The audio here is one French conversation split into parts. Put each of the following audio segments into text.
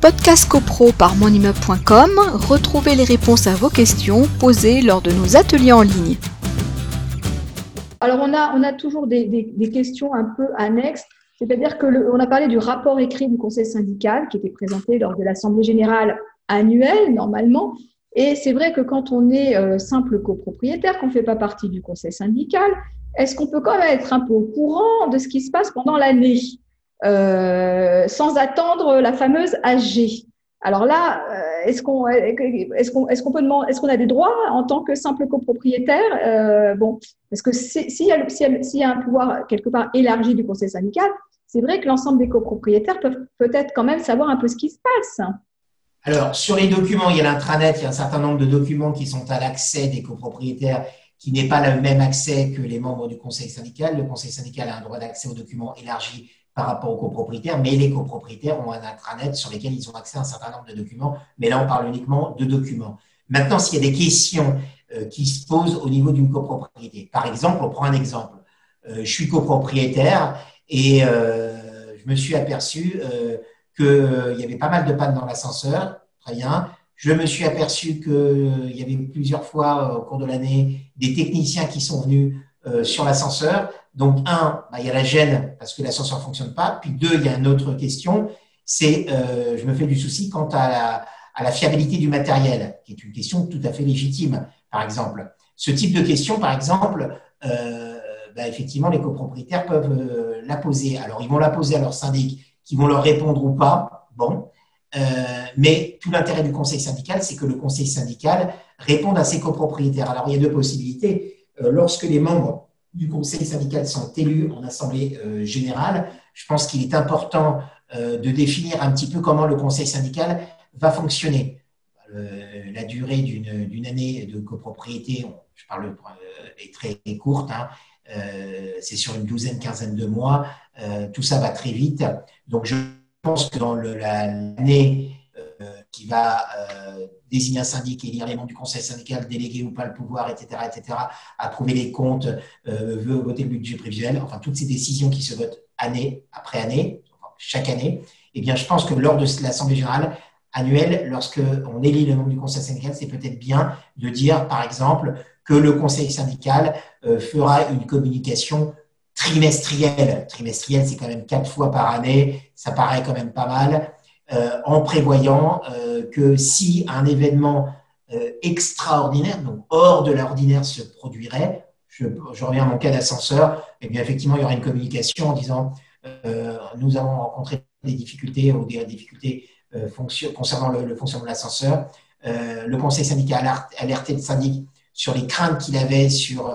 podcast copro par monimmeuble.com, retrouvez les réponses à vos questions posées lors de nos ateliers en ligne. Alors, on a toujours des questions un peu annexes, c'est-à-dire qu'on a parlé du rapport écrit du conseil syndical qui était présenté lors de l'Assemblée générale annuelle, normalement. Et c'est vrai que quand on est simple copropriétaire, qu'on ne fait pas partie du conseil syndical, est-ce qu'on peut quand même être un peu au courant de ce qui se passe pendant l'année sans attendre la fameuse AG? Alors là, est-ce qu'on peut demander, est-ce qu'on a des droits en tant que simple copropriétaire? Parce que s'il y a un pouvoir quelque part élargi du conseil syndical, c'est vrai que l'ensemble des copropriétaires peuvent peut-être quand même savoir un peu ce qui se passe. Alors, sur les documents, il y a l'intranet, il y a un certain nombre de documents qui sont à l'accès des copropriétaires qui n'est pas le même accès que les membres du conseil syndical. Le conseil syndical a un droit d'accès aux documents élargi par rapport aux copropriétaires, mais les copropriétaires ont un intranet sur lesquels ils ont accès à un certain nombre de documents. Mais là, on parle uniquement de documents. Maintenant, s'il y a des questions qui se posent au niveau d'une copropriété, par exemple, on prend un exemple. Je suis copropriétaire et je me suis aperçu qu'il y avait pas mal de pannes dans l'ascenseur. Très bien. Je me suis aperçu qu'il y avait plusieurs fois au cours de l'année des techniciens qui sont venus sur l'ascenseur. Donc, il y a la gêne parce que l'ascenseur ne fonctionne pas. Puis deux, il y a une autre question, c'est je me fais du souci quant à la fiabilité du matériel, qui est une question tout à fait légitime, par exemple. Ce type de question, par exemple, effectivement, les copropriétaires peuvent la poser. Alors, ils vont la poser à leur syndic, qui vont leur répondre ou pas. Bon. Mais tout l'intérêt du conseil syndical, c'est que le conseil syndical réponde à ses copropriétaires. Alors, il y a deux possibilités. Lorsque les membres du conseil syndical sont élus en assemblée générale, je pense qu'il est important de définir un petit peu comment le conseil syndical va fonctionner. La durée d'une année de copropriété, je parle, est très courte, c'est sur une douzaine, quinzaine de mois, tout ça va très vite. Donc, je pense que dans l'année qui va désigner un syndic, élire les membres du conseil syndical, déléguer ou pas le pouvoir, etc., approuver les comptes, voter le budget prévisionnel, enfin toutes ces décisions qui se votent année après année, chaque année, eh bien, je pense que lors de l'Assemblée générale annuelle, lorsqu'on élit le membre du conseil syndical, c'est peut-être bien de dire, par exemple, que le conseil syndical fera une communication trimestrielle. Trimestrielle, c'est quand même 4 fois par année, ça paraît quand même pas mal, en prévoyant que si un événement extraordinaire, donc hors de l'ordinaire, se produirait, je reviens à mon cas d'ascenseur, eh bien effectivement, il y aura une communication en disant nous avons rencontré des difficultés ou des difficultés concernant le fonctionnement de l'ascenseur. Le conseil syndical a alerté le syndic sur les craintes qu'il avait sur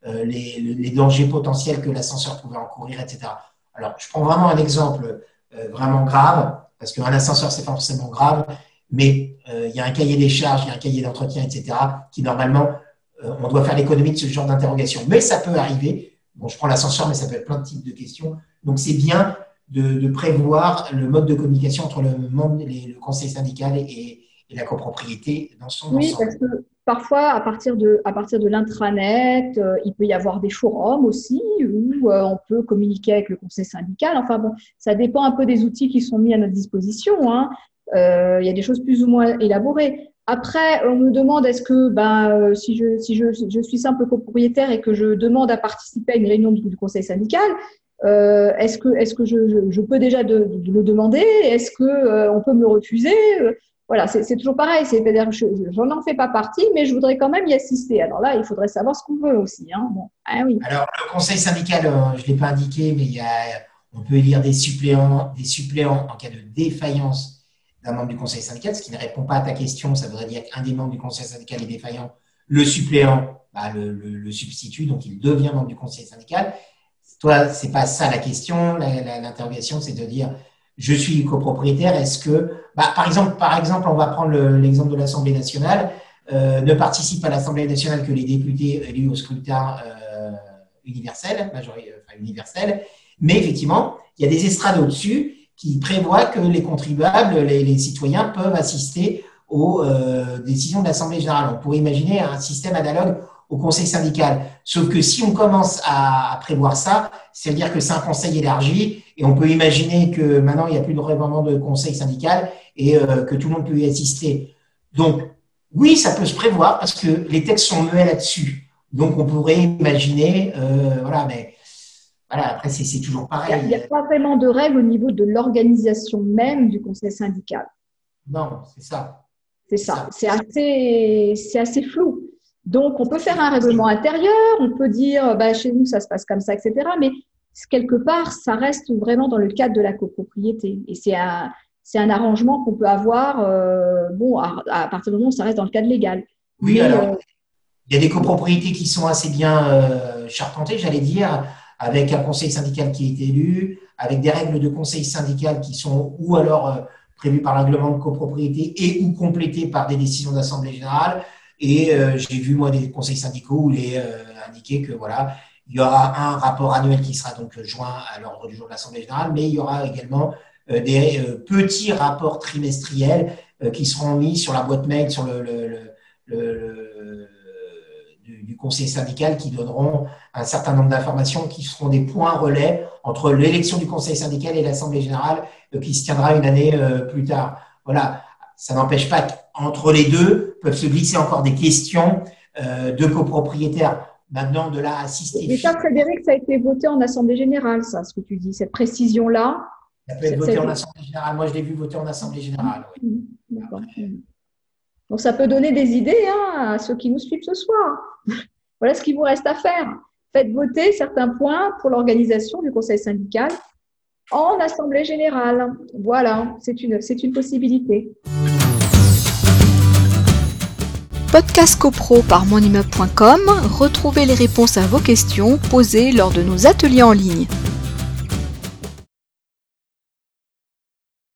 les dangers potentiels que l'ascenseur pouvait encourir, etc. Alors, je prends vraiment un exemple vraiment grave, parce qu'un ascenseur, c'est pas forcément grave, mais il y a un cahier des charges, il y a un cahier d'entretien, etc., qui normalement, on doit faire l'économie de ce genre d'interrogation. Mais ça peut arriver. Bon, je prends l'ascenseur, mais ça peut être plein de types de questions. Donc, c'est bien de prévoir le mode de communication entre le conseil syndical et la copropriété dans son ensemble. Oui, parce que parfois, à partir de l'intranet, il peut y avoir des forums aussi où on peut communiquer avec le conseil syndical. Enfin bon, ça dépend un peu des outils qui sont mis à notre disposition. Il y a des choses plus ou moins élaborées. Après, on me demande est-ce que si je suis simple copropriétaire et que je demande à participer à une réunion du conseil syndical, est-ce que je peux déjà le demander? Est-ce qu'on peut me le refuser? Voilà, c'est toujours pareil. C'est-à-dire que je n'en fais pas partie, mais je voudrais quand même y assister. Alors là, il faudrait savoir ce qu'on veut aussi. Bon. Oui. Alors, le conseil syndical, je ne l'ai pas indiqué, mais on peut élire des suppléants en cas de défaillance d'un membre du conseil syndical, ce qui ne répond pas à ta question. Ça voudrait dire qu'un des membres du conseil syndical est défaillant. Le suppléant le substitue, donc il devient membre du conseil syndical. Toi, ce n'est pas ça la question. L'interrogation, c'est de dire je suis copropriétaire. Est-ce que, par exemple, on va prendre l'exemple de l'Assemblée nationale, ne participent à l'Assemblée nationale que les députés élus au scrutin universel, universel. Mais effectivement, il y a des estrades au-dessus qui prévoient que les contribuables, les citoyens peuvent assister aux décisions de l'Assemblée générale. On pourrait imaginer un système analogue au conseil syndical. Sauf que si on commence à prévoir ça, c'est-à-dire que c'est un conseil élargi et on peut imaginer que maintenant, il n'y a plus vraiment de conseil syndical et que tout le monde peut y assister. Donc, oui, ça peut se prévoir parce que les textes sont muets là-dessus. Donc, on pourrait imaginer, mais voilà, après, c'est toujours pareil. Il n'y a pas vraiment de règles au niveau de l'organisation même du conseil syndical. Non, c'est ça. C'est ça. C'est assez flou. Donc, on peut faire un règlement intérieur, on peut dire, chez nous, ça se passe comme ça, etc. Mais quelque part, ça reste vraiment dans le cadre de la copropriété. Et c'est un arrangement qu'on peut avoir, à partir du moment où ça reste dans le cadre légal. Oui, alors, il y a des copropriétés qui sont assez bien charpentées, j'allais dire, avec un conseil syndical qui est élu, avec des règles de conseil syndical qui sont ou alors prévues par le règlement de copropriété et ou complétées par des décisions d'assemblée générale. Et j'ai vu, moi, des conseils syndicaux où il est indiqué que, voilà, il y aura un rapport annuel qui sera donc joint à l'ordre du jour de l'Assemblée générale, mais il y aura également des petits rapports trimestriels qui seront mis sur la boîte mail sur du conseil syndical qui donneront un certain nombre d'informations qui seront des points relais entre l'élection du conseil syndical et l'Assemblée générale qui se tiendra une année plus tard. Voilà, ça n'empêche pas qu'entre les deux peuvent se glisser encore des questions de copropriétaires. Maintenant, de là assister. Mais ça, Frédéric, ça a été voté en Assemblée générale, ça, ce que tu dis, cette précision-là. Ça peut être voté en Assemblée générale. Moi, je l'ai vu voter en Assemblée générale. Oui. D'accord. Donc, ça peut donner des idées à ceux qui nous suivent ce soir. Voilà ce qu'il vous reste à faire. Faites voter certains points pour l'organisation du conseil syndical en Assemblée générale. Voilà, c'est une possibilité. Podcast CoPro par monimmeuble.com, retrouvez les réponses à vos questions posées lors de nos ateliers en ligne.